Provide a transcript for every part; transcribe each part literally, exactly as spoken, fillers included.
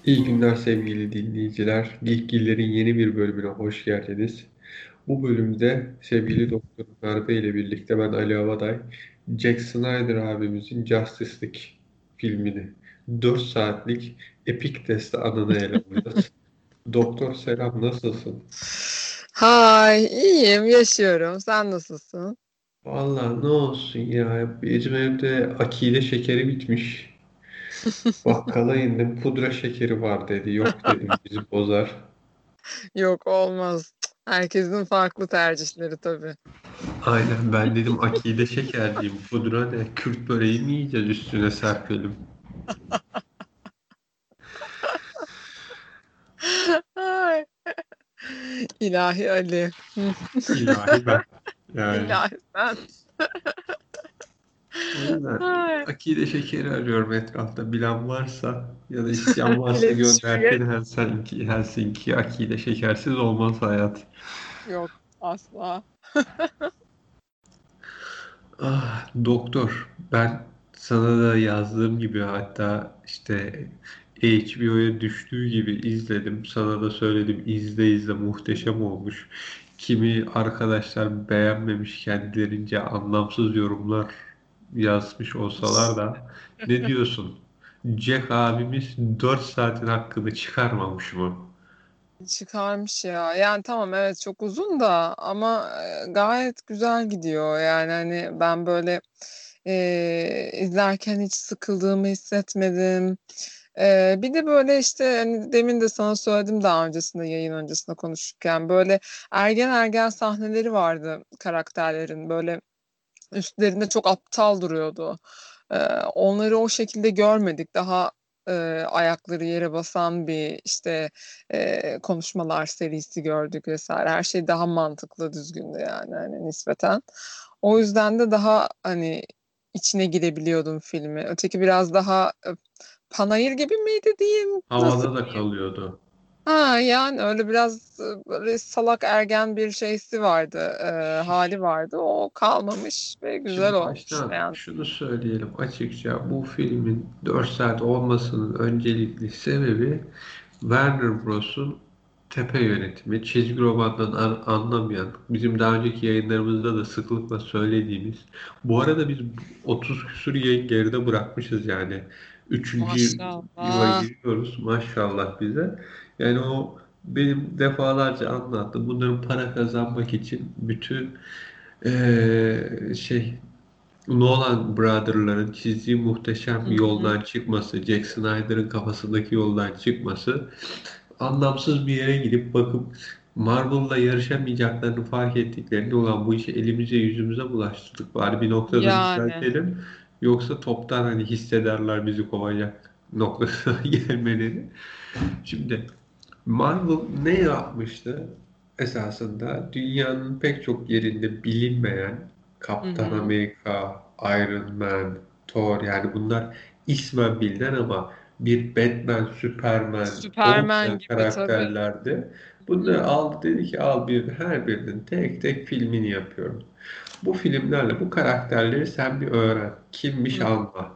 İyi günler sevgili dinleyiciler. Geekgiller'in yeni bir bölümüne hoş geldiniz. Bu bölümde sevgili Doktor Merve ile birlikte ben Ali Avaday, Jack Snyder abimizin Justice League filmini dört saatlik epik testi anını ele alacağız. Doktor selam, nasılsın? Hay, iyiyim, yaşıyorum. Sen nasılsın? Vallahi ne olsun ya, bizim evde akide şekeri bitmiş. Bakkala indim, pudra şekeri var dedi. Yok dedim, bizi bozar. Yok, olmaz. Herkesin farklı tercihleri tabii. Aynen, ben dedim akide şekerliyim. Pudra ne? Kürt böreği mi yiyeceğiz, üstüne serpelim? Ay, İlahi Ali. Hı, İlahi ben. Yani İlahi sen. o yüzden Ay, akide şekeri arıyorum etrafta. Bilen varsa ya da isteyen varsa iletişime göndersin geç. Helsinki, Helsinki akide şekersiz olmaz hayat. Yok, asla. Ah, doktor, ben sana da yazdığım gibi, hatta işte H B O'ya düştüğü gibi izledim. Sana da söyledim, izle izle, muhteşem olmuş. Kimi arkadaşlar beğenmemiş, kendilerince anlamsız yorumlar yazmış olsalar da ne diyorsun? Jack abimiz dört saatin hakkını çıkarmamış mı? Çıkarmış ya. Yani tamam, evet, çok uzun da ama e, gayet güzel gidiyor. Yani hani ben böyle e, izlerken hiç sıkıldığımı hissetmedim. E, bir de böyle işte hani demin de sana söyledim, daha öncesinde yayın öncesinde konuşurken böyle ergen ergen sahneleri vardı karakterlerin, böyle üstlerinde çok aptal duruyordu. E, onları o şekilde görmedik. Daha e, ayakları yere basan bir işte e, konuşmalar serisi gördük vesaire. Her şey daha mantıklı, düzgündü yani hani nispeten. O yüzden de daha hani içine girebiliyordum filmi. Öteki biraz daha e, panayır gibi miydi diyeyim? Nasıl Havada da diyeyim? kalıyordu. Ha, yani öyle biraz e, böyle salak ergen bir şeysi vardı, e, hali vardı. O kalmamış ve güzel Şimdi olmuş. baştan Yani şunu söyleyelim açıkça, bu filmin dört saat olmasının öncelikli sebebi Warner Bros'un tepe yönetimi, çizgi romandan an- anlamayan, bizim daha önceki yayınlarımızda da sıklıkla söylediğimiz, bu arada biz otuz küsur yayın geride bırakmışız yani. Üçüncü yıla maşallah. giriyoruz maşallah bize. Yani o benim defalarca anlattım. Bunların para kazanmak için bütün eee, şey Nolan Brother'ların çizdiği muhteşem Hı bir hı. yoldan çıkması, Jack Snyder'ın kafasındaki yoldan çıkması, anlamsız bir yere gidip bakıp Marvel'la yarışamayacaklarını fark ettiklerinde, olan bu işi elimize yüzümüze bulaştırdık, bari bir noktada Yani düzeltelim, yoksa toptan hani hissederler bizi kovacak noktasına gelmeleri. Şimdi Marvel ne yapmıştı? Esasında dünyanın pek çok yerinde bilinmeyen hı Kaptan hı. Amerika, Iron Man, Thor, yani bunlar ismen bilinen ama bir Batman, Superman olmayan Süpermen gibi tabii. karakterlerdi. Hı Bunları hı. aldı, dedi ki al, bir her birinin tek tek filmini yapıyorum. Bu filmlerle bu karakterleri sen bir öğren. Kimmiş Hı. anla.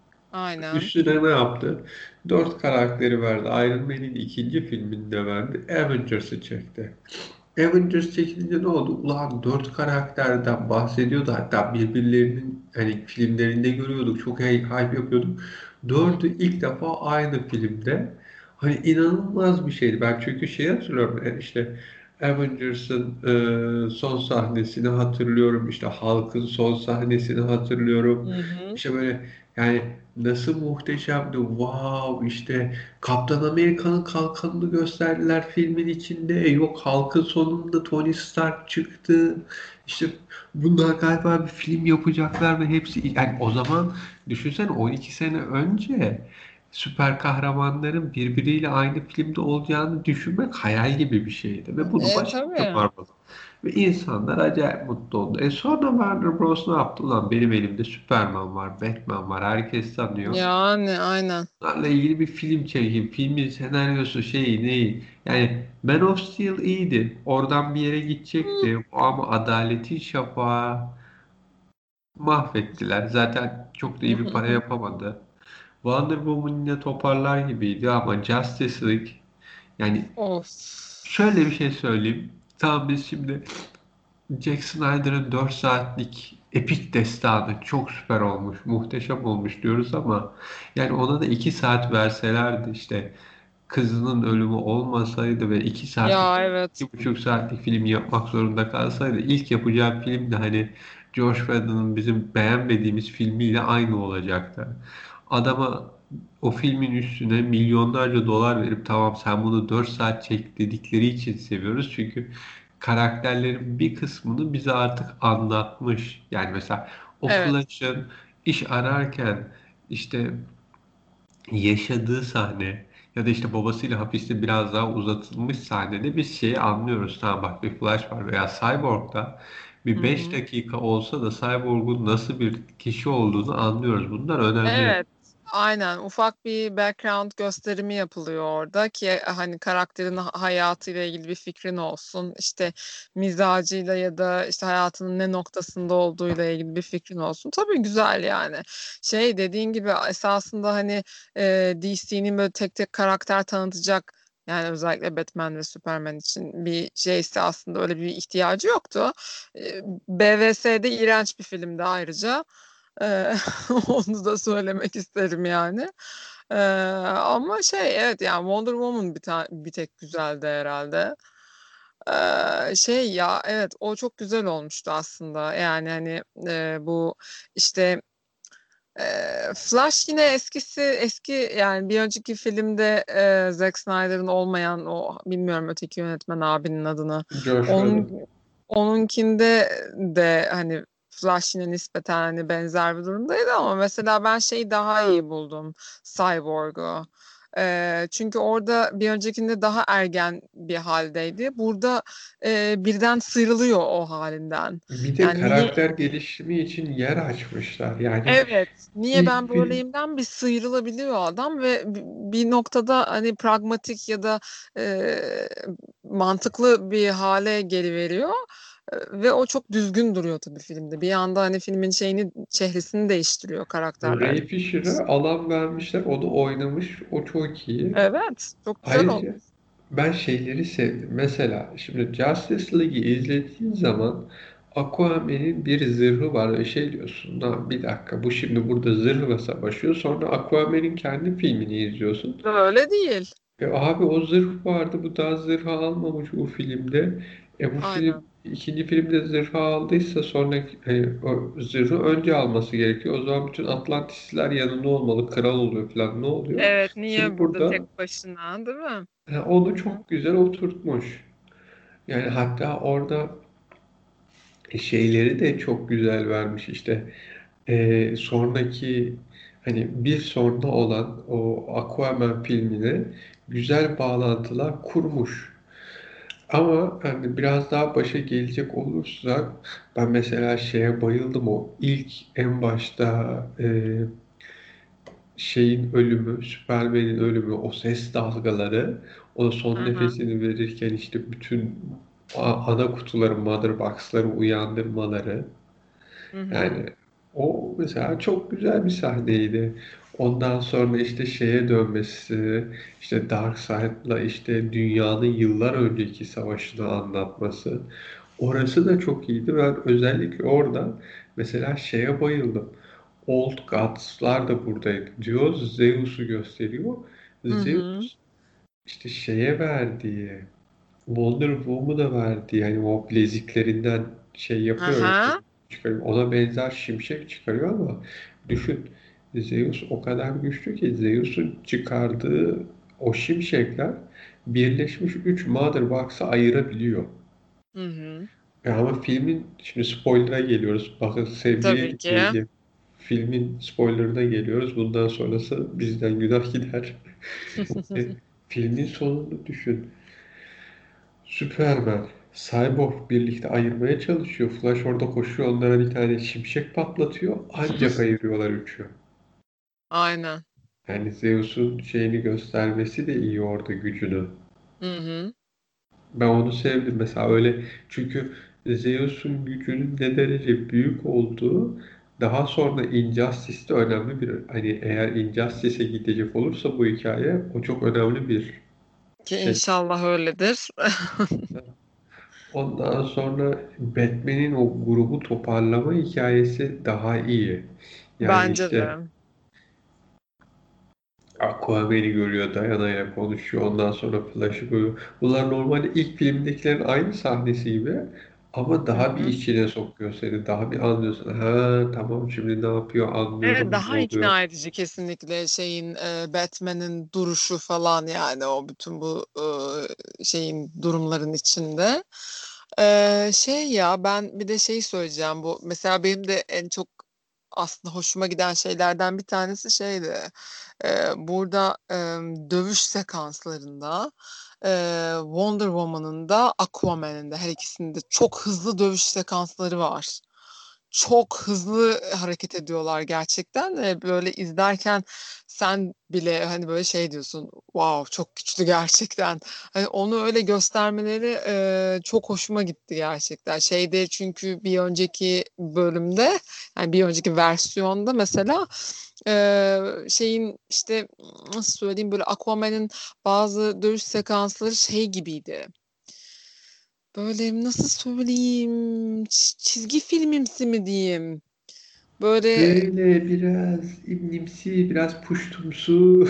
Aynen. Üstüne ne yaptı? Dört karakteri verdi. Iron Man'in ikinci filminde verdi. Avengers'ı çekti. Avengers çekilince ne oldu? Ulan dört karakterden bahsediyordu. Hatta birbirlerinin hani filmlerinde görüyorduk. Çok hy- hype yapıyorduk. Dördü ilk defa aynı filmde. Hani inanılmaz bir şeydi. Ben çünkü şeyi hatırlıyorum. Yani işte Avengers'ın e, son sahnesini hatırlıyorum. İşte Hulk'ın son sahnesini hatırlıyorum. Hı hı. İşte böyle, yani nasıl muhteşemdi. Wow, işte Kaptan Amerika'nın kalkanını gösterdiler filmin içinde. Yok, halkın sonunda Tony Stark çıktı. İşte bunlar galiba bir film yapacaklar ve hepsi, yani o zaman düşünsene, on iki sene önce süper kahramanların birbiriyle aynı filmde olacağını düşünmek hayal gibi bir şeydi. Ve bunu E başardı tabii. Marvel. Ve insanlar acayip mutlu oldu. E sonra Warner Bros. Ne yaptı lan? Benim elimde Superman var, Batman var, herkes tanıyor. Yani aynen. Bunlarla ilgili bir film çekeyim. Filmin senaryosu şeyi neyi? Yani Man of Steel iyiydi. Oradan bir yere Hı. gidecekti. Ama Adaletin Şafağı mahvettiler. Zaten çok da iyi bir para yapamadı. Wonder Woman yine toparlar gibiydi ama Justice League, yani Of. şöyle bir şey söyleyeyim. Tamam, biz şimdi Zack Snyder'ın dört saatlik epik destanı çok süper olmuş, muhteşem olmuş diyoruz ama yani ona da iki saat verselerdi, işte kızının ölümü olmasaydı ve iki saatlik, Ya evet. iki buçuk saatlik film yapmak zorunda kalsaydı, ilk yapacağı film de hani Josh Whedon'ın bizim beğenmediğimiz filmiyle aynı olacaktı. Adama o filmin üstüne milyonlarca dolar verip tamam sen bunu dört saat çek dedikleri için seviyoruz. Çünkü karakterlerin bir kısmını bize artık anlatmış. Yani mesela o Evet. Flash'ın iş ararken işte yaşadığı sahne ya da işte babasıyla hapiste biraz daha uzatılmış sahnede biz şeyi anlıyoruz. Tamam bak, bir Flash var veya Cyborg'da Hı bir beş hı. dakika olsa da Cyborg'un nasıl bir kişi olduğunu anlıyoruz. Bunlar önemli. Evet, aynen. Ufak bir background gösterimi yapılıyor orada ki hani karakterin ha- hayatıyla ilgili bir fikrin olsun. İşte mizacıyla ya da işte hayatının ne noktasında olduğuyla ilgili bir fikrin olsun. Tabii güzel yani. Şey dediğin gibi esasında hani e, D C'nin böyle tek tek karakter tanıtacak, yani özellikle Batman ve Superman için bir şeyse aslında öyle bir ihtiyacı yoktu. E, B V S'de iğrenç bir filmdi ayrıca. Eee, onu da söylemek isterim yani. Eee, ama şey evet yani Wonder Woman bir ta bir tek güzeldi herhalde. Eee, şey ya evet o çok güzel olmuştu aslında. Yani hani eee, bu işte eee, Flash yine eskisi eski yani bir önceki filmde eee Zack Snyder'ın olmayan o bilmiyorum öteki yönetmen abinin adını. Josh Onun Whedon. onunkinde de hani Flash yine nispeten hani benzer bir durumdaydı ama mesela ben şeyi daha iyi buldum, Cyborg'u. Eee, çünkü orada bir öncekinde daha ergen bir haldeydi. Burada eee, birden sıyrılıyor o halinden. Bir de Yani niye karakter gelişimi için yer açmışlar. Yani evet, niye ilk ben film böyleyimden bir sıyrılabiliyor adam ve bi bir noktada hani pragmatik ya da, eee, mantıklı bir hâle geliveriyor, eee, ve o çok düzgün duruyor tabii filmde. Bir anda hani filmin şeyini, çehresini değiştiriyor karakterler. Ray Fisher'a alan vermişler. O da oynamış. O çok iyi. Evet, çok güzel Ayrıca olmuş. ben şeyleri sevdim. Mesela şimdi Justice League'i izlediğin zaman Aquaman'in bir zırhı var ve şey diyorsun. Lan bir dakika, bu şimdi burada zırhla savaşıyor. Sonra Aquaman'in kendi filmini izliyorsun. Öyle değil. E abi, o zırh vardı. Bu daha zırhı almamış bu filmde. E bu film Aynen. ikinci filmde zırhı aldıysa sonraki e, o zırhı önce alması gerekiyor. O zaman bütün Atlantisliler yanında olmalı. Kral oluyor falan. Ne oluyor? Evet, Şimdi niye burada burada tek başına, değil mi? e, onu Hı hı. çok güzel oturtmuş. Yani hatta orada şeyleri de çok güzel vermiş işte. E, sonraki hani bir sonra olan o Aquaman filmine güzel bağlantılar kurmuş. Ama hani biraz daha başa gelecek olursak, ben mesela şeye bayıldım, o ilk en başta e, şeyin ölümü, Superman'in ölümü, o ses dalgaları, o Hı son hı. nefesini verirken işte bütün a- ana kutuları, mother box'ları uyandırmaları, Hı hı. yani o mesela çok güzel bir sahneydi. Ondan sonra işte şeye dönmesi, işte Darkseid'la işte dünyanın yıllar önceki savaşını anlatması. Orası da çok iyiydi. Ben özellikle orada mesela şeye bayıldım. Old Gods'lar da buradaydı diyor. Zeus'u gösteriyor. Hı hı. Zeus işte şeye verdiği, Wonder Woman'u da verdi. Yani o bileziklerinden şey Hı yapıyor ya, hı. çıkarıyor. Ona benzer şimşek çıkarıyor ama düşün, Zeus o kadar güçlü ki Zeus'un çıkardığı o şimşekler birleşmiş üç Mother Box'ı ayırabiliyor. Hı hı. Ya ama filmin, şimdi spoiler'a geliyoruz. Bakın sevgili Tabii ki. dinleyici, filmin spoiler'ına geliyoruz. Bundan sonrası bizden günah gider. E, filmin sonunu düşün. Superman, Cyborg birlikte ayırmaya çalışıyor. Flash orada koşuyor, onlara bir tane şimşek patlatıyor. Ancak ayırıyorlar üçü. Aynen. Yani Zeus'un şeyini göstermesi de iyi orada, gücünü. Hı hı. Ben onu sevdim mesela, öyle, çünkü Zeus'un gücünün ne derece büyük olduğu Daha sonra Injustice de önemli bir, hani eğer Injustice'e gidecek olursa bu hikaye, o çok önemli bir Ki şey. inşallah öyledir. Ondan sonra Batman'in o grubu toparlama hikayesi daha iyi. Yani Bence işte de. Aquaman'i görüyor, Diana'yla konuşuyor. Ondan sonra Flash'ı görüyor. Bunlar normalde ilk filmdekilerin aynı sahnesi gibi ama Hı daha bir hı. içine sokuyor seni. Daha bir anlıyorsun. Ha tamam, şimdi ne yapıyor Evet, anlıyorum, ne daha oluyor. ikna edici kesinlikle şeyin e, Batman'in duruşu falan, yani o bütün bu e, şeyin durumların içinde. E, şey ya, ben bir de şey söyleyeceğim, bu mesela benim de en çok aslında hoşuma giden şeylerden bir tanesi şeydi. E, burada e, dövüş sekanslarında e, Wonder Woman'ın da Aquaman'ın da her ikisinde çok hızlı dövüş sekansları var. Çok hızlı hareket ediyorlar gerçekten ve böyle izlerken sen bile hani böyle şey diyorsun, wow çok güçlü gerçekten. Hani onu öyle göstermeleri e, çok hoşuma gitti gerçekten. Şeyde, çünkü bir önceki bölümde, yani bir önceki versiyonda mesela e, şeyin işte, nasıl söyleyeyim, böyle Aquaman'ın bazı dövüş sekansları şey gibiydi. Böyle nasıl söyleyeyim, ç- çizgi filmimsi mi diyeyim? Böyle Böyle biraz ibnimsi, biraz puştumsu.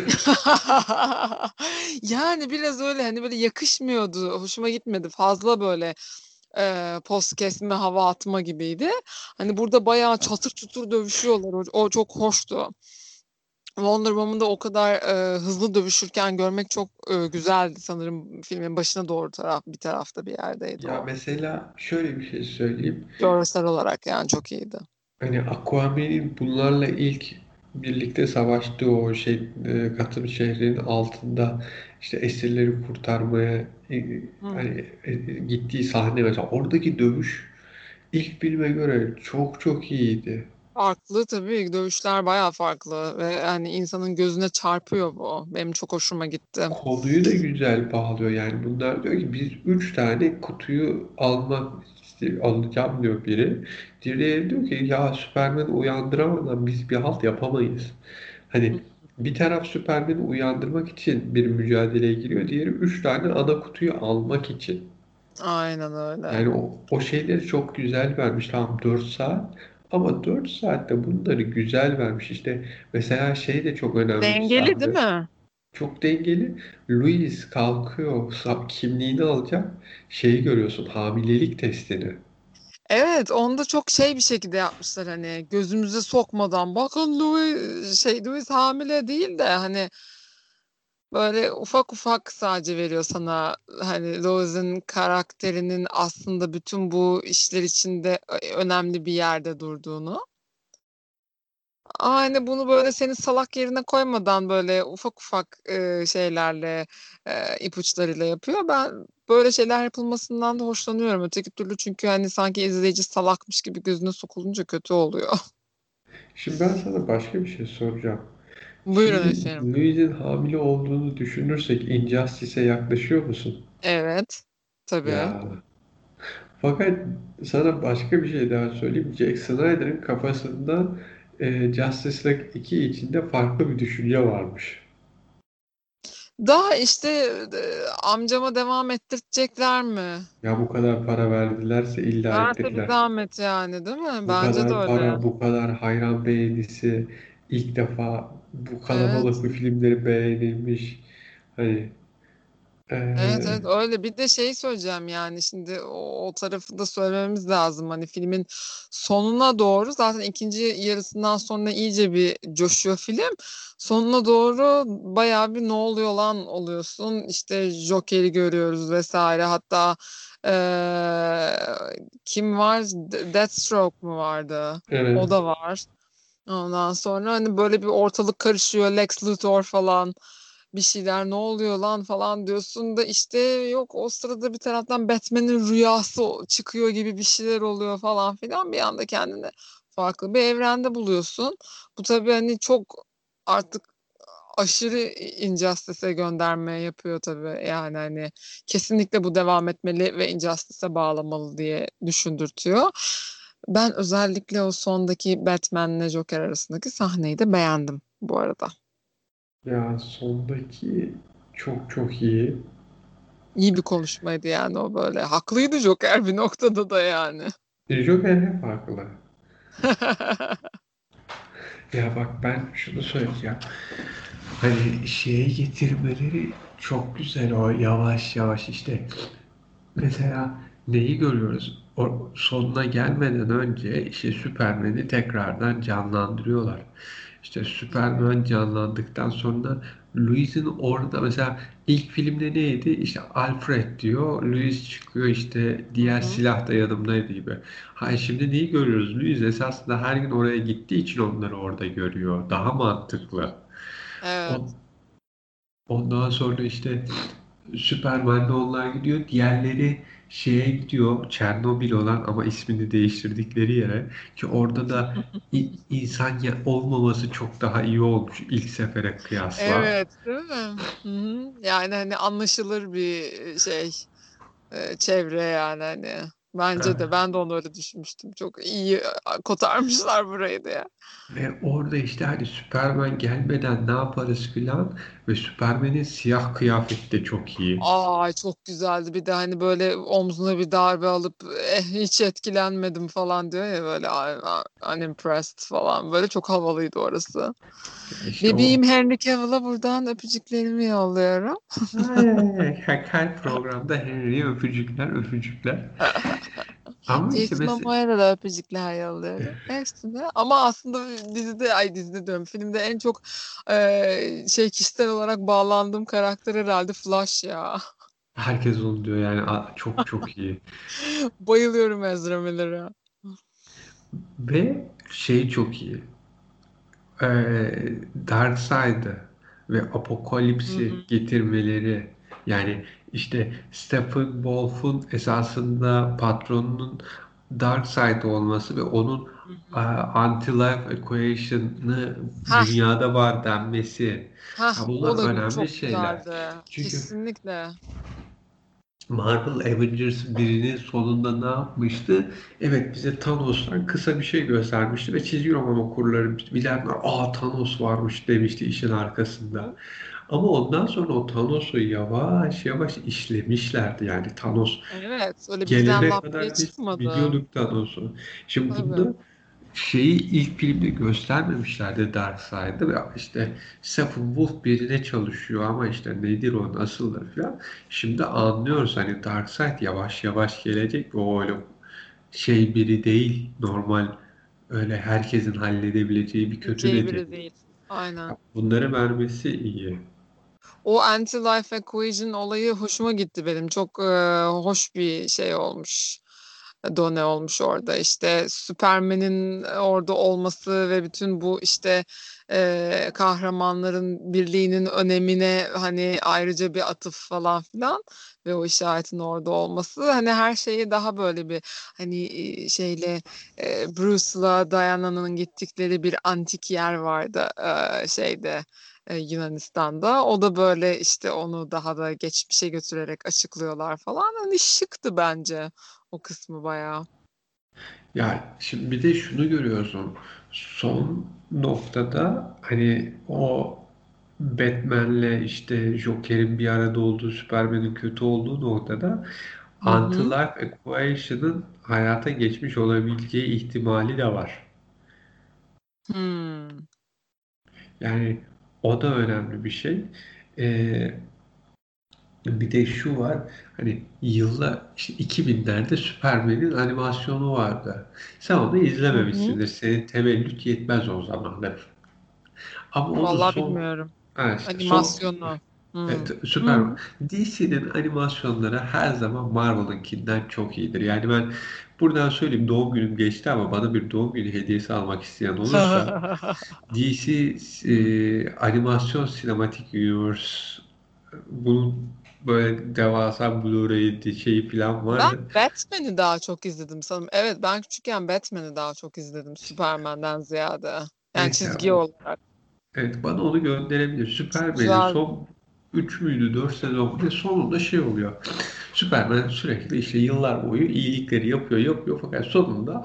yani biraz öyle, hani böyle yakışmıyordu. Hoşuma gitmedi. Fazla böyle e, poz kesme, hava atma gibiydi. Hani burada bayağı çatır çutur dövüşüyorlar. O, o çok hoştu. Wonder Woman'da o kadar e, hızlı dövüşürken görmek çok e, güzeldi sanırım. Filmin başına doğru taraf, bir tarafta bir yerdeydi Ya o. mesela şöyle bir şey söyleyeyim. Görsel olarak yani çok iyiydi. Hani Aquaman'in bunlarla ilk birlikte savaştığı o şey, e, Gotham şehrinin altında işte esirleri kurtarmaya e, Hı. hani e, gittiği sahne, mesela oradaki dövüş ilk filme göre çok çok iyiydi. Farklı tabii, dövüşler bayağı farklı ve yani insanın gözüne çarpıyor bu. Benim çok hoşuma gitti. Konuyu da güzel bağlıyor. Yani bunlar diyor ki biz üç tane kutuyu almak iste- alacağım diyor biri. Diğeri diyor ki ya Süpermen'i uyandıramadan biz bir halt yapamayız. Hani bir taraf Süpermen'i uyandırmak için bir mücadeleye giriyor. Diğeri üç tane ana kutuyu almak için. Aynen öyle. Yani o, o şeyleri çok güzel vermiş. Tamam, dört saat ama dört saatte bunları güzel vermiş. İşte mesela şey de çok önemli bir Dengeli değil sahne. mi? Çok dengeli. Louis kalkıyor, sa- kimliğini alacak. Şeyi görüyorsun, hamilelik testini. Evet, onu da çok şey bir şekilde yapmışlar, hani gözümüze sokmadan bakın Louis şey Louis hamile değil de hani böyle ufak ufak sadece veriyor sana, hani Louis'in karakterinin aslında bütün bu işler içinde ö- önemli bir yerde durduğunu. Aynı bunu böyle seni salak yerine koymadan böyle ufak ufak e, şeylerle, e, ipuçlarıyla yapıyor. Ben böyle şeyler yapılmasından da hoşlanıyorum. Öteki türlü çünkü hani sanki izleyici salakmış gibi gözüne sokulunca kötü oluyor. Şimdi ben sana başka bir şey soracağım. Buyurun Şimdi efendim. Louis'in hamile olduğunu düşünürsek Injustice'e yaklaşıyor musun? Evet. Tabii. Ya fakat sana başka bir şey daha söyleyeyim. Jack Snyder'ın kafasında e, Justice League iki içinde farklı bir düşünce varmış. Daha işte e, amcama devam ettirecekler mi? Ya bu kadar para verdilerse illa Verse bir ettirirler. zahmet yani, değil mi? Bu Bence de kadar öyle. para, bu kadar hayran beğenisi, ilk defa bu Evet. kalabalık bir filmleri beğenilmiş. Hani Evet, eee, evet, öyle. Bir de şey söyleyeceğim, yani şimdi o, o tarafı da söylememiz lazım. Hani filmin sonuna doğru, zaten ikinci yarısından sonra iyice bir coşuyor film. Sonuna doğru bayağı bir ne oluyor lan oluyorsun. İşte Joker'i görüyoruz vesaire. Hatta eee, kim var? De- Deathstroke mu vardı? O evet. da var. Ondan sonra hani böyle bir ortalık karışıyor. Lex Luthor falan bir şeyler, ne oluyor lan falan diyorsun da işte yok, o sırada bir taraftan Batman'in rüyası çıkıyor gibi bir şeyler oluyor falan filan, bir anda kendini farklı bir evrende buluyorsun. Bu tabii hani çok artık aşırı Injustice'e gönderme yapıyor tabii, yani hani kesinlikle bu devam etmeli ve Injustice'e bağlamalı diye düşündürtüyor. Ben özellikle o sondaki Batman'le Joker arasındaki sahneyi de beğendim bu arada. Ya sondaki çok çok iyi. İyi bir konuşmaydı yani o böyle. Haklıydı Joker bir noktada da yani. Joker hep haklı. Ya bak ben şunu söyleyeceğim. Hani şeye getirmeleri çok güzel, o yavaş yavaş işte. Mesela neyi görüyoruz? O sonuna gelmeden önce işte Superman'i tekrardan canlandırıyorlar. İşte Superman canlandıktan sonra Louis'in orada mesela ilk filmde neydi? İşte Alfred diyor, Louis çıkıyor işte Hı diğer hı. silah da yanımdaydı gibi. Hayır şimdi neyi görüyoruz? Louis esasında her gün oraya gittiği için onları orada görüyor. Daha mantıklı. O, Evet. ondan sonra işte Süpermen'de onlar gidiyor. Diğerleri şeye gidiyor. Çernobil olan ama ismini değiştirdikleri yere. Ki orada da i- insan ya- olmaması çok daha iyi olmuş ilk sefere kıyasla. Evet, değil mi? Hı hı. Yani hani anlaşılır bir şey, e, çevre yani hani. Bence de ben de onu öyle düşünmüştüm. Çok iyi e, kotarmışlar burayı da ya. Ve orada işte hani Süpermen gelmeden ne yaparız filan ve Süpermen'in siyah kıyafeti de çok iyi. Ay çok güzeldi. Bir de hani böyle omzuna bir darbe alıp eh, hiç etkilenmedim falan diyor ya böyle "I'm unimpressed" falan. Böyle çok havalıydı orası. Ya işte Bebeğim o Henry Cavill'a buradan öpücüklerimi yolluyorum. ay, ay, ay, her, her programda Henry'e öpücükler öpücükler. Ama işte Jason mesela Momoa'ya da öpücükler yolluyorum. Hepsine. Ama aslında dizide, ay dizide diyorum, filmde en çok eee, şey kişisel olarak bağlandığım karakter herhalde Flash ya. herkes onu diyor yani a- çok çok iyi. Bayılıyorum Ezra Miller'a. Ve şey çok iyi. Ee, Darkseid'ı ve Hı Apokalips'i hı. getirmeleri yani işte Steppenwolf'un esasında patronunun Darkseid olması ve onun Hı e, hı. anti-life equation'ı Hah, dünyada var denmesi. hah, Ya bunlar o da önemli çok şeyler. güzeldi. Çünkü Kesinlikle. Marvel Avengers birinin sonunda ne yapmıştı? Evet bize Thanos'tan kısa bir şey göstermişti ve çizgi roman okurları bilenler aa Thanos varmış demişti işin arkasında. Hı. Ama ondan sonra o Thanos'u yavaş yavaş işlemişlerdi. Yani Thanos Evet, öyle birden gelene lap diye kadar biz çıkmadı. biliyorduk Thanos'u. Şimdi Tabii. bunda şeyi ilk filmde göstermemişlerdi Darkseid'ı ve işte Steppenwolf birine çalışıyor ama işte nedir o nasıldır falan. Şimdi anlıyoruz hani Darkseid yavaş yavaş gelecek ve o öyle şey biri değil, normal öyle herkesin halledebileceği bir kötü Bileceği de değil. biri değil. Aynen. Ya bunları vermesi iyi. O anti-life equation olayı hoşuma gitti benim. Çok e, hoş bir şey olmuş. Done olmuş orada. İşte Superman'in orada olması ve bütün bu işte e, kahramanların birliğinin önemine hani ayrıca bir atıf falan filan ve o işaretin orada olması hani her şeyi daha böyle bir hani e, şeyle e, Bruce'la Diana'nın gittikleri bir antik yer vardı e, şeyde e, Yunanistan'da. O da böyle işte onu daha da geçmişe götürerek açıklıyorlar falan. Hani şıktı bence o kısmı bayağı. Ya şimdi bir de şunu görüyorsun. Son noktada hani o Batman'le işte Joker'in bir arada olduğu, Superman'in kötü olduğu noktada Hı hı. Anti-Life Equation'ın hayata geçmiş olabileceği ihtimali de var. Hmm. Yani o da önemli bir şey. Ee, Bir de şu var. Hani yıllar işte iki binlerde Superman'in animasyonu vardı. Sen onu Hı hı. izlememişsindir. Senin tevellüt yetmez o zamanlar. Ama onu Vallahi son bilmiyorum. ha işte son Animasyonu. Hı. evet, Hı. Superman. D C'nin animasyonları her zaman Marvel'ınkinden çok iyidir. Yani ben buradan söyleyeyim doğum günüm geçti ama bana bir doğum günü hediyesi almak isteyen olursa D C e, animasyon Cinematic Universe bunun böyle devasa Blu-ray şeyi falan Ben vardı. Batman'i daha çok izledim sanırım. Evet, ben küçükken Batman'i daha çok izledim Superman'den ziyade. Yani Mesela çizgi o olarak. evet bana onu gönderebilir. Superman'in Güzel. son üç müydü dört sezon ve sonunda şey oluyor. Superman sürekli işte yıllar boyu iyilikleri yapıyor yapıyor fakat sonunda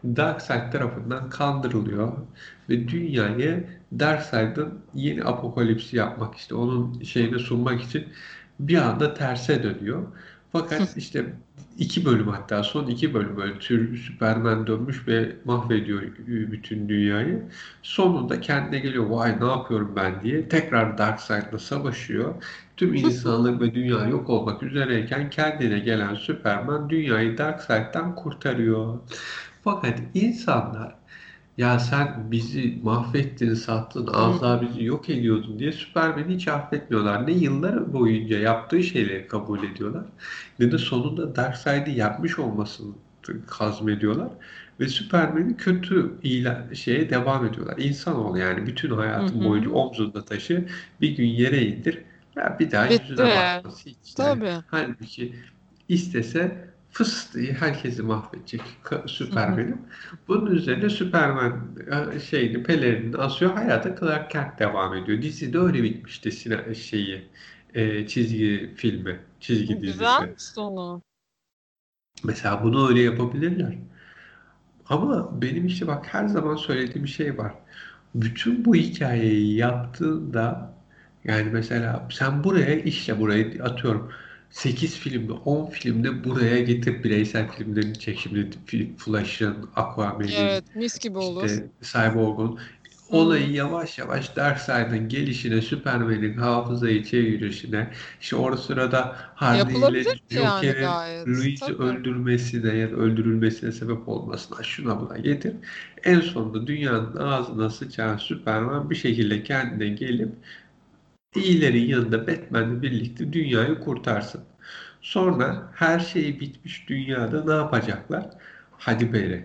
Darkseid tarafından kandırılıyor ve dünyayı Darkseid'ın yeni apokalipsi yapmak, işte onun şeyini sunmak için bir anda terse dönüyor. Fakat işte iki bölüm, hatta son iki bölüm böyle tür Superman dönmüş ve mahvediyor bütün dünyayı. Sonunda kendine geliyor, vay ne yapıyorum ben diye. Tekrar Darkseid'la savaşıyor. Tüm insanlık ve dünya yok olmak üzereyken kendine gelen Superman dünyayı Darkseid'den kurtarıyor. Fakat insanlar, ya sen bizi mahvettin, sattın, az daha bizi yok ediyordun diye Superman'i hiç affetmiyorlar. Ne yıllar boyunca yaptığı şeyleri kabul ediyorlar, ne de sonunda Darkseid'i yapmış olmasını hazmediyorlar ve Superman'i kötü ilan şeye devam ediyorlar. İnsanoğlu yani bütün Hı hayatın boyunca hı. omzunda taşı, bir gün yere indir, ya bir daha yüzüne Bitti. bakması hiç yani. Tabii. Halbuki istese fıs diye herkesi mahvedecek Ka- Superman'im. Bunun üzerine Superman e, şeyini, pelerinini asıyor. Hayata Clark Kent devam ediyor. Dizi de öyle bitmişti, sine şeyi, e, çizgi filmi, çizgi dizisi. Güzelmiş sonu. Mesela bunu öyle yapabilirler. Ama benim işte bak, her zaman söylediğim şey var. Bütün bu hikayeyi yaptığında, yani mesela sen buraya, işte burayı atıyorum sekiz filmde, on filmde buraya getir, bireysel filmlerini çek. Şimdi F- Flash'ın, Aquaman'in, Evet, mis gibi olur. işte Cyborg'un Hı hı. olayı yavaş yavaş Darkseid'in gelişine, Superman'in hafızayı çevirişine, işte orada sırada Harley ile Yapılabilir yani Joker'in gayet. Louise'i Tabii. öldürmesine ya da öldürülmesine sebep olmasına, şuna buna getir. En sonunda dünyanın ağzına sıçan Superman bir şekilde kendine gelip iyilerin yanında Batman'le birlikte dünyayı kurtarsın. Sonra her şey bitmiş dünyada ne yapacaklar? Hadi beyler,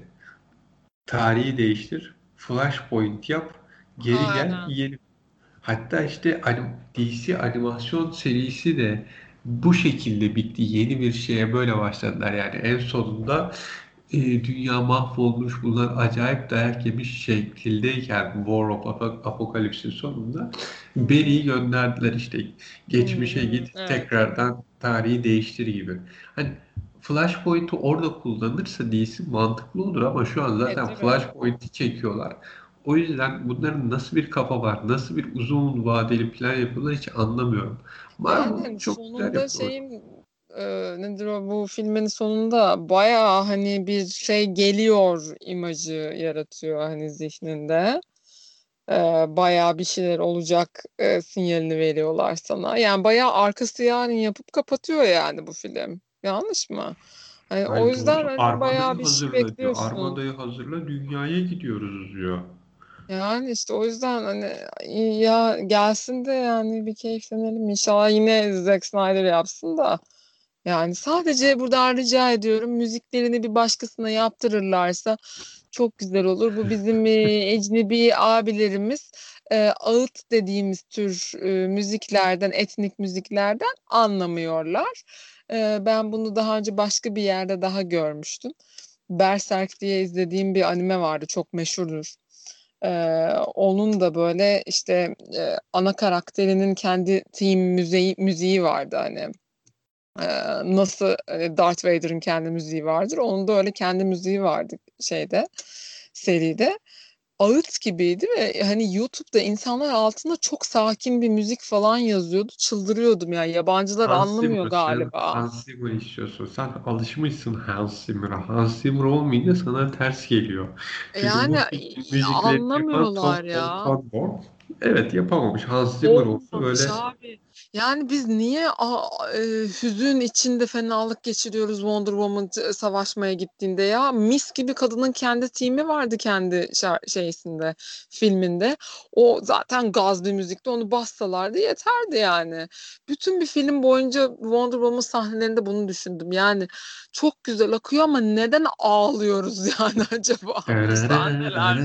tarihi değiştir, Flashpoint yap, geri gel, Aynen. yeni. Hatta işte anim- D C animasyon serisi de bu şekilde bitti. Yeni bir şeye böyle başladılar. Yani en sonunda e, dünya mahvolmuş, bunlar acayip dayak yemiş şekildeyken War of Ap- Apocalypse'in sonunda Hı hı. Barry'i gönderdiler, işte Hı geçmişe hı. git, Evet. tekrardan tarihi değiştir gibi. Hani Flashpoint'u orada kullanırsa D C mantıklı olur ama şu an E zaten tabii. Flashpoint'i çekiyorlar. O yüzden bunların nasıl bir kafa var, nasıl bir uzun vadeli plan yapıyorlar hiç anlamıyorum. Marvel Yani çok güzel sonunda yapıyor. şeyin e, nedir o, bu filmin sonunda bayağı hani bir şey geliyor imajı yaratıyor hani zihninde. E, Bayağı bir şeyler olacak e, sinyalini veriyorlar sana. Yani bayağı arkası yarın yapıp kapatıyor yani bu film. Yanlış mı? Hani o Hayır, yüzden doğrusu hani armadayı bayağı bir şey hazırla diyor. bekliyorsun. Armadayı hazırla, dünyaya gidiyoruz diyor. Yani işte o yüzden hani ya gelsin de yani bir keyiflenelim. İnşallah yine Zack Snyder yapsın da. Yani sadece burada rica ediyorum, müziklerini bir başkasına yaptırırlarsa çok güzel olur. Bu bizim e, ecnebi abilerimiz e, ağıt dediğimiz tür e, müziklerden, etnik müziklerden anlamıyorlar. E, ben bunu daha önce başka bir yerde daha görmüştüm. Berserk diye izlediğim bir anime vardı, çok meşhurdur. Ee, onun da böyle işte e, ana karakterinin kendi team müziği, müziği vardı hani. Ee, Nasıl e, Darth Vader'ın kendi müziği vardır. Onun da öyle kendi müziği vardı şeyde, seride. Ağıt gibiydi ve hani YouTube'da insanlar altında çok sakin bir müzik falan yazıyordu. Çıldırıyordum ya. Yabancılar Hans anlamıyor Zimmer, sen galiba. Hans Zimmer istiyorsun. Sen alışmışsın Hans Zimmer'a. Hans Zimmer olmayınca sana ters geliyor. Çünkü Yani bu e, filmin müziklerini yapan Tom anlamıyorlar ya. Conboy. Evet, yapamamış. Hans Zimmer olsa Olmamış böyle. abi. Yani biz niye a- e, hüzün içinde fenalık geçiriyoruz Wonder Woman t- savaşmaya gittiğinde ya? Mis gibi kadının kendi timi vardı kendi şar- şeysinde, filminde. O zaten gaz bir müzikti. Onu bassalardı yeterdi yani. Bütün bir film boyunca Wonder Woman sahnelerinde bunu düşündüm. Yani çok güzel akıyor ama neden ağlıyoruz yani acaba bu sahneler?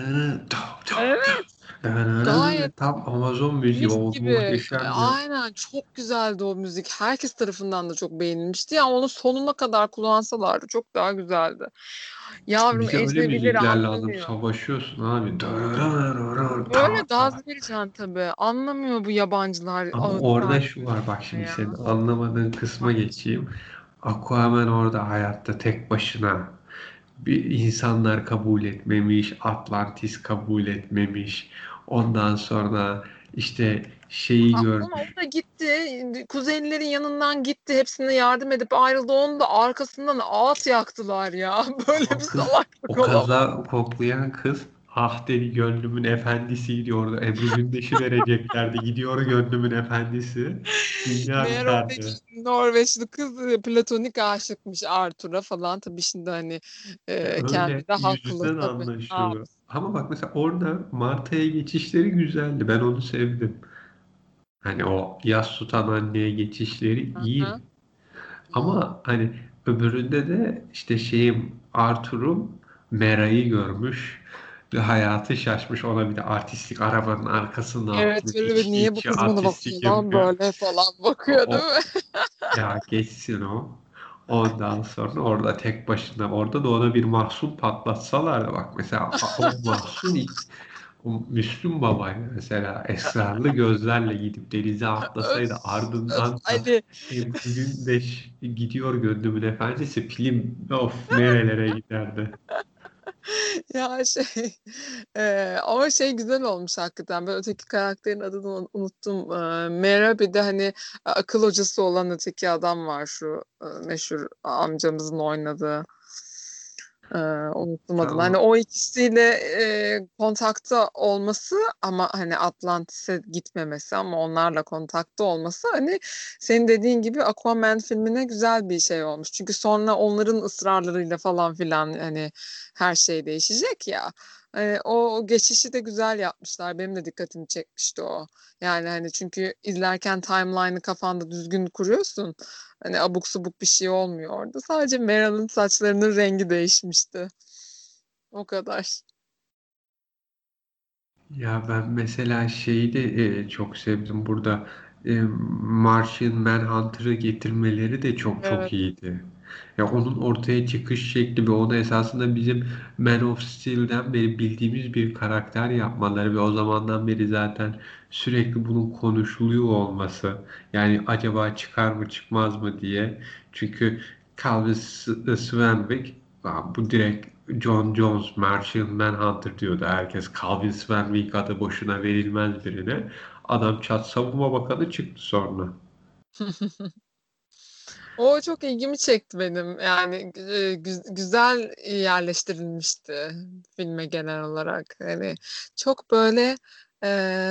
Evet, gayet Tam Amazon müziği, mis o gibi. muhteşem bir. Aynen, çok güzeldi o müzik. Herkes tarafından da çok beğenilmişti. Yani onu sonuna kadar kullansalardı çok daha güzeldi. Yavrum, Bize öyle ecnebileri müzikler lazım. anlamıyor. Savaşıyorsun abi. Böyle gaz vereceksin tabii. Anlamıyor bu yabancılar Ama ağıt orada şu var, bak sahnesinde şimdi ya. senin anlamadığın kısma geçeyim. Aquaman orada hayatta tek başına. Bir insanlar kabul etmemiş, Atlantis kabul etmemiş. Ondan sonra işte şeyi Ama o görmüş. da gitti. Kuzeylilerin yanından gitti. Hepsine yardım edip ayrıldı. Onu da arkasından ağaç yaktılar ya. Böyle bir Ama kız salaklık o olamaz. kaza koklayan kız ah dedi gönlümün efendisiydi orada. Ebru Gündeş'i vereceklerdi. Gidiyor gönlümün efendisi. Dünya Meğer oradaki kadar. Norveçli kız e, platonik aşıkmış Arthur'a falan. Tabii şimdi hani e, Öyle kendi de haklı yüzünden tabii. Ne anlaşıyor. yapsın? Ama bak mesela orada Marta'ya geçişleri güzeldi. Ben onu sevdim. Hani o yas tutan anneye geçişleri Aha. iyi. Hmm. Ama hani öbüründe de işte şeyim Arthur'um Mera'yı görmüş ve hayatı şaşmış. Ona bir de artistik arabanın arkasına Evet, atlıyor. böyle bir İçki niye bu içi kız bana bakıyor artistik lan yapıyor. böyle falan O, bakıyor değil o- mi? ya geçsin o. Ondan sonra orada tek başına orada da ona bir mahzun patlatsalardı bak mesela o mahzun o Müslüm Baba mesela esrarlı gözlerle gidip denize Öf, atlasaydı öf ardından da Ali. Ebru Gündeş gidiyor gönlümün efendisi film of nerelere giderdi. Ya şey eee, ama şey güzel olmuş hakikaten. Ben öteki karakterin adını un- unuttum. Eee Mera bir de hani akıl hocası olan öteki adam var şu e, meşhur amcamızın oynadığı. Eee, unuttum adını. Hani Tamam. o ikisiyle eee, kontakta olması ama hani Atlantis'e gitmemesi ama onlarla kontakta olması hani senin dediğin gibi Aquaman filmine güzel bir şey olmuş. Çünkü sonra onların ısrarlarıyla falan filan hani her şey değişecek ya. Hani o, o geçişi de güzel yapmışlar. Benim de dikkatimi çekmişti o. Yani hani çünkü izlerken timeline'ı kafanda düzgün kuruyorsun. Hani abuk subuk bir şey olmuyor orada. Sadece Meral'ın saçlarının rengi değişmişti. O kadar. Ya ben mesela şeyi de e, çok sevdim burada. E, Martian Manhunter'ı getirmeleri de çok Evet. çok iyiydi. Ya onun ortaya çıkış şekli ve onu esasında bizim Man of Steel'den beri bildiğimiz bir karakter yapmaları ve o zamandan beri zaten sürekli bunun konuşuluyor olması. Yani acaba çıkar mı çıkmaz mı diye. Çünkü Calvin S- Swanwick "Aa, bu direkt John Jones, Martian Manhunter diyordu herkes. Calvin Swanwick adı boşuna verilmez birine. Adam çat savunma bakanı çıktı sonra. O çok ilgimi çekti benim. Yani e, gü- güzel yerleştirilmişti filme genel olarak. Yani çok böyle e,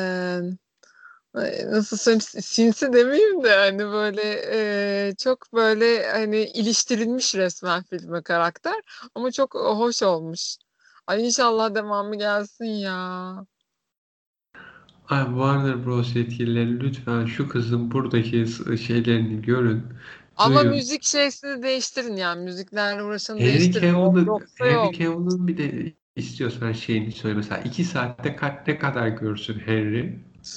Ay, nasıl söyleyeyim sinsi demeyeyim de hani böyle e, çok böyle hani iliştirilmiş resmen filme karakter ama çok hoş olmuş. Ay inşallah devamı gelsin ya. Ay Warner Bros. Yetkilileri lütfen şu kızın buradaki s- şeylerini görün, Ama duyun. müzik şeysini değiştirin yani müziklerle uğraşanı Henry değiştirin. O- Cavill'ın Yoksa Henry yok. Cavill'ın bir de istiyorsan şeyini söyle mesela iki saatte kaç ne kadar görsün Henry?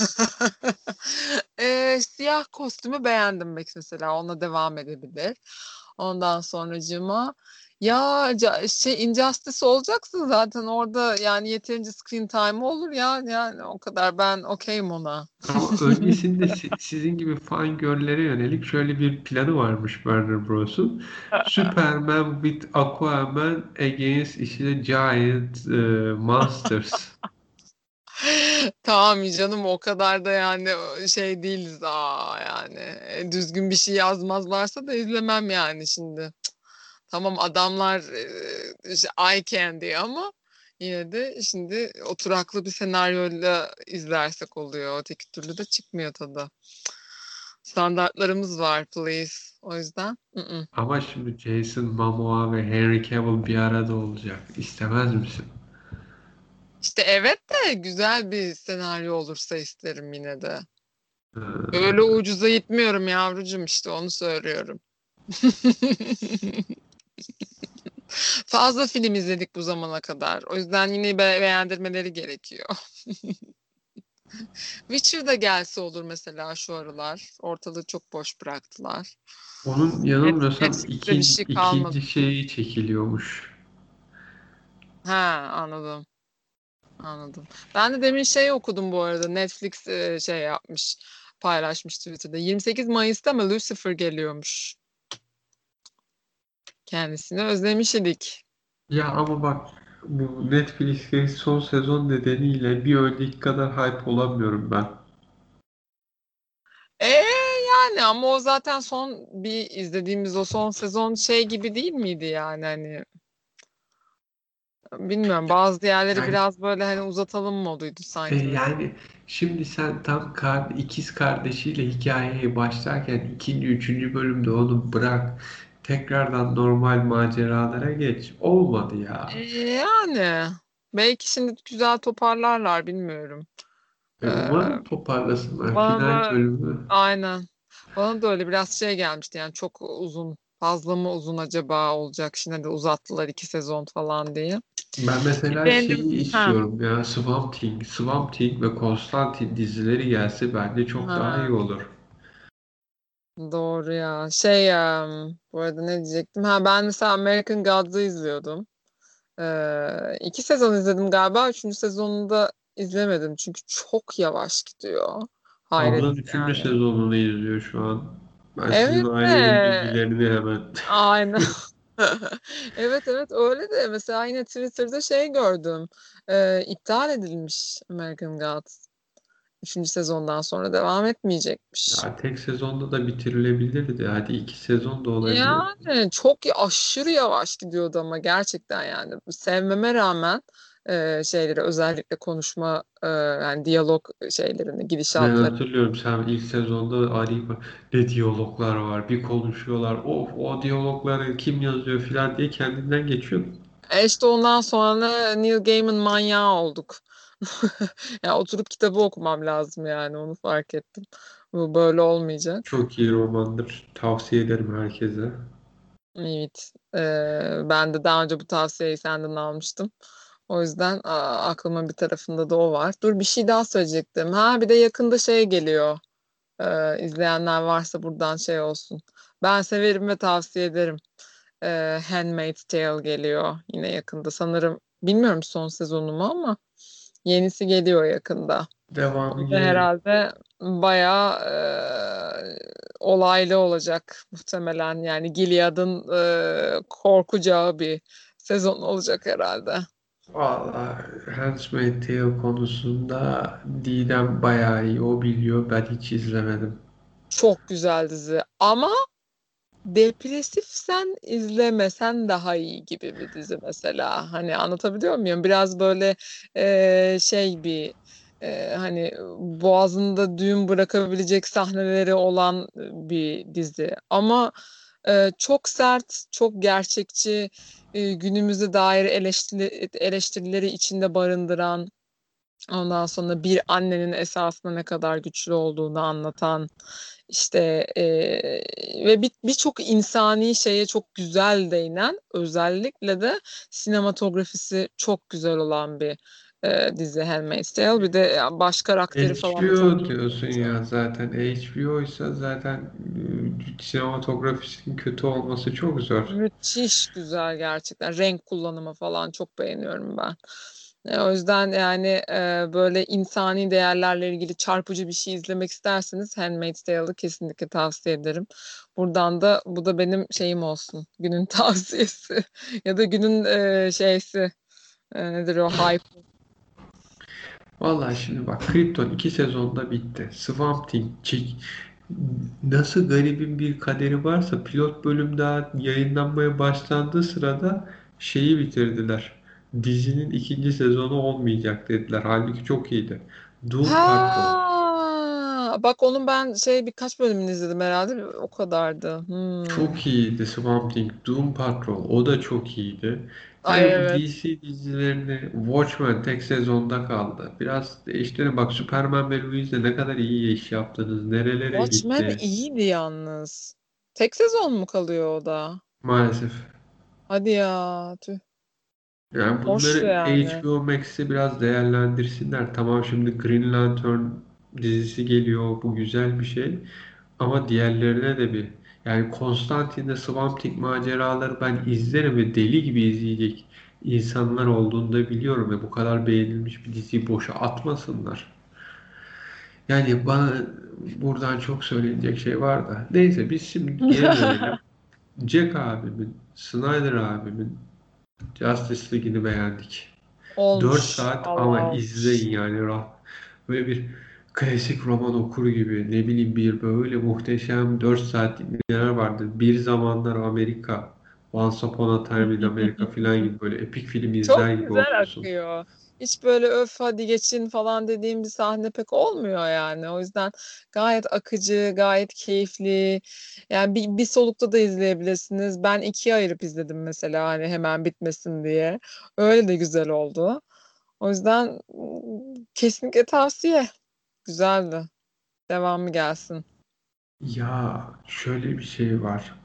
Eee, siyah kostümü beğendim bak mesela ona devam edebilir. Ondan sonracığıma ya ca- şey Injustice olacaksın zaten orada yani yeterince screen time olur ya yani o kadar ben okeyim ona. Ama öncesinde si- sizin gibi fangirl'lere yönelik şöyle bir planı varmış Warner Bros'un. Superman with Aquaman against işte Giant e, Monsters. Tamam canım o kadar da yani şey değiliz aa yani E, düzgün bir şey yazmazlarsa da izlemem yani şimdi. Tamam adamlar e, işte eye candy ama yine de şimdi oturaklı bir senaryoyla izlersek oluyor. Öteki türlü de çıkmıyor tadı. Standartlarımız var please. O yüzden. ı-ı. Ama şimdi Jason Momoa ve Henry Cavill bir arada olacak. İstemez misin? İşte evet de güzel bir senaryo olursa isterim yine de. Öyle Ee, ucuza gitmiyorum yavrucuğum işte onu söylüyorum. Fazla film izledik bu zamana kadar. O yüzden yine be- beğendirmeleri gerekiyor. Witcher da gelse olur mesela şu aralar. Ortalığı çok boş bıraktılar. onun Net, yanılmıyorsam Netflix'te bir ikin, şey kalmadı. ikinci şeyi çekiliyormuş. Ha anladım. Anladım. Ben de demin şey okudum bu arada. Netflix e, şey yapmış. Paylaşmış Twitter'da. yirmi sekiz Mayıs'ta mı Lucifer geliyormuş. Kendisini özlemiş idik. Ya ama bak, bu Netflix'in son sezon nedeniyle bir önceki kadar hype olamıyorum ben. E yani ama o zaten son bir izlediğimiz o son sezon şey gibi değil miydi yani hani bilmiyorum bazı diğerleri Yani biraz böyle hani uzatalım moduydu e, sanki. yani şimdi sen tam kar, ikiz kardeşiyle hikayeye başlarken ikinci, üçüncü bölümde onu bırak. Tekrardan normal maceralara geç. Olmadı E, ya. yani belki şimdi güzel toparlarlar bilmiyorum. E, Ee, umarım toparlasınlar bana final da bölümü. aynen. Bana da öyle biraz şey gelmişti yani çok uzun. Fazla mı uzun acaba olacak şimdi de uzattılar iki sezon falan diye. Ben Bir mesela beğendim. şeyi Ha. istiyorum ya, Swamp Thing. Swamp Thing ve Constantine dizileri gelse bence çok daha iyi Ha. olur. Doğru ya. Şey ya bu arada ne diyecektim? Ha ben mesela American Gods'ı izliyordum. Ee, iki sezon izledim galiba. Üçüncü sezonunu da izlemedim. Çünkü çok yavaş gidiyor. Hayret Ablan üçüncü yani. sezonunu izliyor şu an. Ben sizin Evet ailenin de. bilgilerini hemen... Aynen. Evet evet öyle de mesela yine Twitter'da şey gördüm. Ee, iptal edilmiş American Gods. Üçüncü sezondan sonra devam etmeyecekmiş. Ya tek sezonda da bitirilebilirdi. Hadi iki sezon da olabilir. Yani çok ya- aşırı yavaş gidiyordu ama gerçekten yani sevmeme rağmen e, şeyleri özellikle konuşma e, yani diyalog şeylerini Ben gidişatları hatırlıyorum, sen ilk sezonda arayıp ne diyaloglar var, bir konuşuyorlar. Of, o diyalogları kim yazıyor filan diye kendinden geçiyordum. e işte ondan sonra Neil Gaiman manyağı olduk. Ya oturup kitabı okumam lazım yani onu fark ettim. Bu böyle olmayacak. Çok iyi romandır. Tavsiye ederim herkese. Evet. Ee, ben de daha önce bu tavsiyeyi senden almıştım. O yüzden aa, aklımın bir tarafında da o var. Dur bir şey daha söyleyecektim. Ha bir de yakında şey geliyor. Ee, izleyenler varsa buradan şey olsun. Ben severim ve tavsiye ederim. Ee, Handmaid's Tale geliyor yine yakında. Sanırım bilmiyorum son sezonu mu ama yenisi geliyor yakında. Devamı O da gelir. herhalde bayağı e, olaylı olacak muhtemelen. Yani Gilead'ın e, korkacağı bir sezon olacak herhalde. Valla Handmaid's Tale konusunda Didem bayağı iyi. O biliyor. Ben hiç izlemedim. Çok güzel dizi ama depresif sen izlemesen daha iyi gibi bir dizi mesela. Hani anlatabiliyor muyum? Biraz böyle e, şey bir e, hani boğazında düğüm bırakabilecek sahneleri olan e, bir dizi. Ama e, çok sert, çok gerçekçi, e, günümüze dair eleştiri, eleştirileri içinde barındıran, ondan sonra bir annenin esasında ne kadar güçlü olduğunu anlatan işte eee, ve bir- birçok insani şeye çok güzel değinen özellikle de sinematografisi çok güzel olan bir eee, dizi Handmaid's Tale. Bir de ya, baş karakteri falan da çok H B O iyi. diyorsun ya zaten. H B O ise zaten e, sinematografisinin kötü olması çok zor. Müthiş güzel gerçekten. Renk kullanımı falan çok beğeniyorum ben. E, o yüzden yani e, böyle insani değerlerle ilgili çarpıcı bir şey izlemek isterseniz Handmaid's Tale'ı kesinlikle tavsiye ederim. Buradan da bu da benim şeyim olsun. Günün tavsiyesi ya da günün e, şeysi e, nedir o hype. Vallahi şimdi bak, Krypton iki sezonda bitti. Swamp Thing çek. Nasıl garibin bir kaderi varsa pilot bölüm daha yayınlanmaya başlandığı sırada şeyi bitirdiler. Dizinin ikinci sezonu olmayacak dediler. Halbuki çok iyiydi. Doom Patrol. Ha, bak onun ben şey birkaç bölümünü izledim herhalde o kadardı. Hmm. Çok iyiydi Swamp Thing. Doom Patrol. O da çok iyiydi. Ay Yani bu evet. D C dizilerini, Watchmen tek sezonda kaldı. Biraz değiştirin. Bak, Superman ve Lois'le ne kadar iyi iş yaptınız. Nerelere Watchmen gitti. iyiydi yalnız. Tek sezon mu kalıyor o da? Maalesef. Hadi ya. Tüh. Yani Hoştu bunları yani. H B O Max'te biraz değerlendirsinler. Tamam, şimdi Green Lantern dizisi geliyor. Bu güzel bir şey. Ama diğerlerine de bir, yani Constantine'de Swamp Thing maceraları ben izlerim ve deli gibi izleyecek insanlar olduğunu da biliyorum ve bu kadar beğenilmiş bir diziyi boşa atmasınlar. Yani bana buradan çok söylenecek şey var da. Neyse, biz şimdi geri dönelim. Jack abimin, Snyder abimin Justice League'ini beğendik. Dört Olmuş. saat ama Allah olmuş. izleyin yani. Ra- Böyle bir klasik roman okur gibi ne bileyim bir böyle muhteşem dört saat neler vardır. Bir Zamanlar Amerika, Once Upon a Time in America falan gibi böyle epik film Çok izler gibi güzel oluyorsun. akıyor. Hiç böyle öf hadi geçin falan dediğim bir sahne pek olmuyor yani. O yüzden gayet akıcı, gayet keyifli. Yani bir, bir solukta da izleyebilirsiniz. Ben ikiye ayırıp izledim mesela hani hemen bitmesin diye. Öyle de güzel oldu. O yüzden mm, kesinlikle tavsiye. Güzeldi. Devamı gelsin. Ya şöyle bir şey var.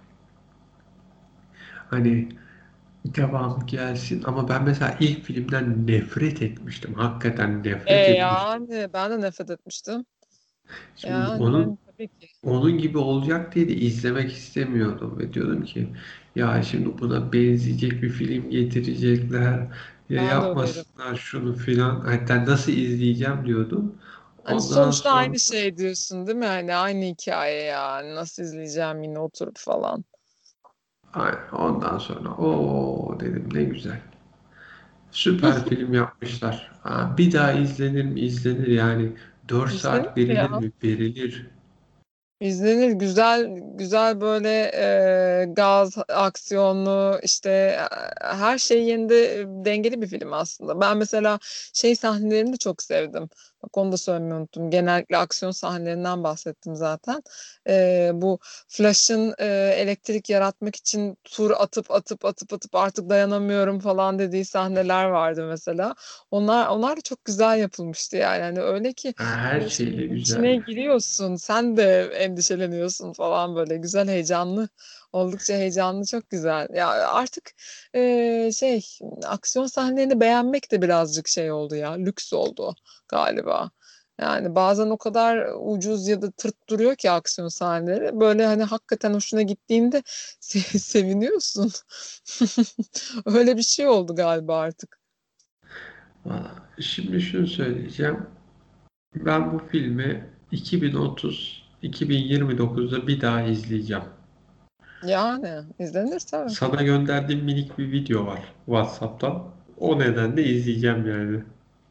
Hani devam gelsin ama ben mesela ilk filmden nefret etmiştim. Hakikaten E nefret etmiştim. yani ben de nefret etmiştim. Şimdi Yani onun tabii ki. onun gibi olacak diye de izlemek istemiyordum ve diyordum ki ya şimdi buna benzeyecek bir film getirecekler ya Ben de öyleydim. yapmasınlar şunu filan hatta nasıl izleyeceğim diyordum. Hani Ondan sonuçta sonra aynı şey diyorsun değil mi? Hani aynı hikaye yani. Nasıl izleyeceğim yine oturup falan. ay, ondan sonra o dedim ne güzel. Süper film yapmışlar. Ha, bir daha izlenir mi? İzlenir yani. Dört İzlenir saat verilir ya. mi? Verilir. İzlenir güzel güzel böyle e, gaz aksiyonlu işte e, her şey yerinde e, dengeli bir film aslında. Ben mesela şey sahnelerini de çok sevdim. Bak onu da söylemeyi unuttum. Genellikle aksiyon sahnelerinden bahsettim zaten. E, bu Flash'ın e, elektrik yaratmak için tur atıp atıp atıp atıp artık dayanamıyorum falan dediği sahneler vardı mesela. Onlar onlar da çok güzel yapılmıştı yani. Hani öyle ki Ha, her böyle şeyle şeyin içine güzel. giriyorsun. Sen de endişeleniyorsun falan böyle. Güzel, heyecanlı. Oldukça heyecanlı, çok güzel. Ya artık eee, şey aksiyon sahnelerini beğenmek de birazcık şey oldu ya. Lüks oldu galiba. Yani bazen o kadar ucuz ya da tırt duruyor ki aksiyon sahneleri. Böyle hani hakikaten hoşuna gittiğinde se- seviniyorsun. Öyle bir şey oldu galiba artık. Valla, şimdi şunu söyleyeceğim. Ben bu filmi iki bin otuz, iki bin yirmi dokuzda bir daha izleyeceğim. Yani izlenir tabii. Sana gönderdiğim minik bir video var WhatsApp'tan. O nedenle izleyeceğim yani.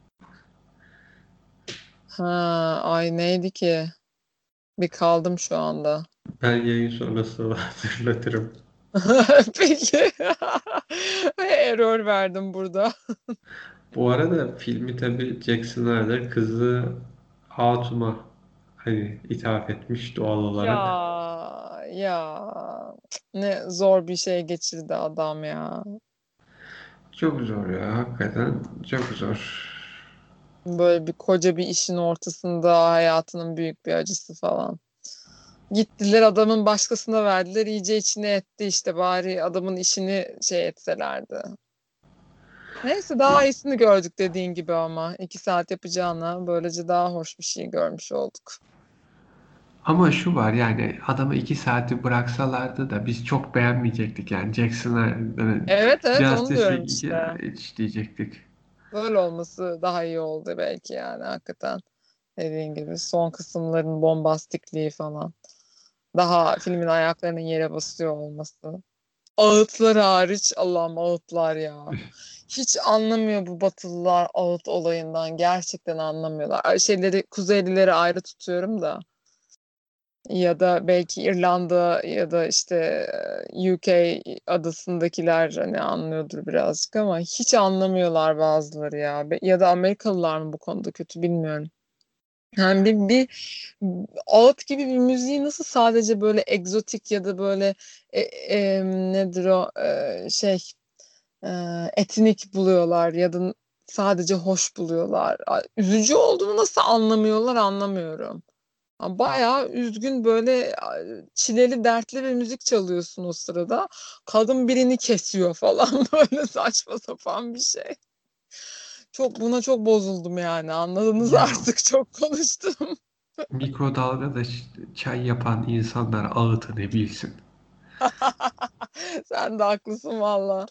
Ha, ay neydi ki? Bir kaldım şu anda. Ben yayın sonrasında hatırlatırım. Peki. Error verdim burada. Bu arada filmi tabii Jack Snyder kızı Hatum'a hani ithaf etmiş doğal Ya olarak. ya ne zor bir şey geçirdi adam ya. Çok zor ya hakikaten çok zor. Böyle bir koca bir işin ortasında hayatının büyük bir acısı falan. Gittiler adamın başkasına verdiler iyice içine etti işte bari adamın işini şey etselerdi. Neyse daha iyisini gördük dediğin gibi ama iki saat yapacağına böylece daha hoş bir şey görmüş olduk. Ama şu var yani adamı iki saati bıraksalardı da biz çok beğenmeyecektik yani Jack Snyder'ın Evet evet onu Justice diyorum League iki işte. hiç diyecektik. Böyle olması daha iyi oldu belki yani hakikaten dediğin gibi son kısımların bombastikliği falan. Daha filmin ayaklarının yere basıyor olması. Ağıtlar hariç Allah'ım ağıtlar ya. Hiç anlamıyor bu Batılılar ağıt olayından. Gerçekten anlamıyorlar. Ay, Şeyleri Kuzeylileri ayrı tutuyorum da. Ya da belki İrlanda ya da işte e, U K adasındakiler hani anlıyordur birazcık ama hiç anlamıyorlar bazıları ya. Be- Ya da Amerikalılar mı bu konuda kötü bilmiyorum. Yani bir, bir ağıt gibi bir müziği nasıl sadece böyle egzotik ya da böyle e, e, nedir o e, şey e, etnik buluyorlar ya da sadece hoş buluyorlar. A- Üzücü olduğunu nasıl anlamıyorlar anlamıyorum. Ha, bayağı üzgün böyle a, çileli dertli bir müzik çalıyorsun o sırada. Kadın birini kesiyor falan böyle saçma sapan bir şey. Çok buna çok bozuldum yani. Anladınız Ya artık çok konuştum. mikrodalgada ç- çay yapan insanlar ağıtı ne bilsin. Sen de haklısın valla.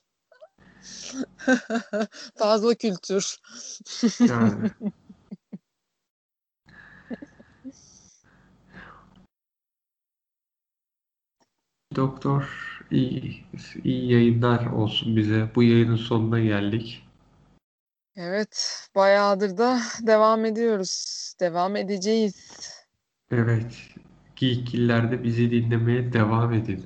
Fazla kültür. Yani Doktor İyi, iyi yayınlar olsun bize. Bu yayının sonuna geldik. Evet, bayağıdır da devam ediyoruz. Devam edeceğiz. Evet, Geekgiller'de bizi dinlemeye devam edin.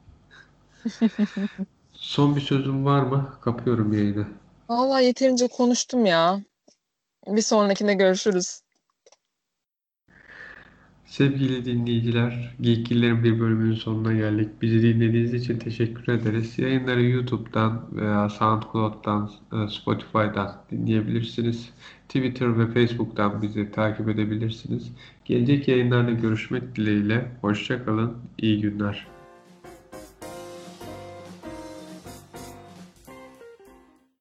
Son bir sözüm var mı? Kapıyorum yayını. Vallahi yeterince konuştum ya. Bir sonrakinde görüşürüz. Sevgili dinleyiciler, Geekgiller'in bir bölümünün sonuna geldik. Bizi dinlediğiniz için teşekkür ederiz. Yayınları YouTube'dan veya SoundCloud'dan, e, Spotify'dan dinleyebilirsiniz. Twitter ve Facebook'tan bizi takip edebilirsiniz. Gelecek yayınlarda görüşmek dileğiyle. Hoşça kalın, iyi günler.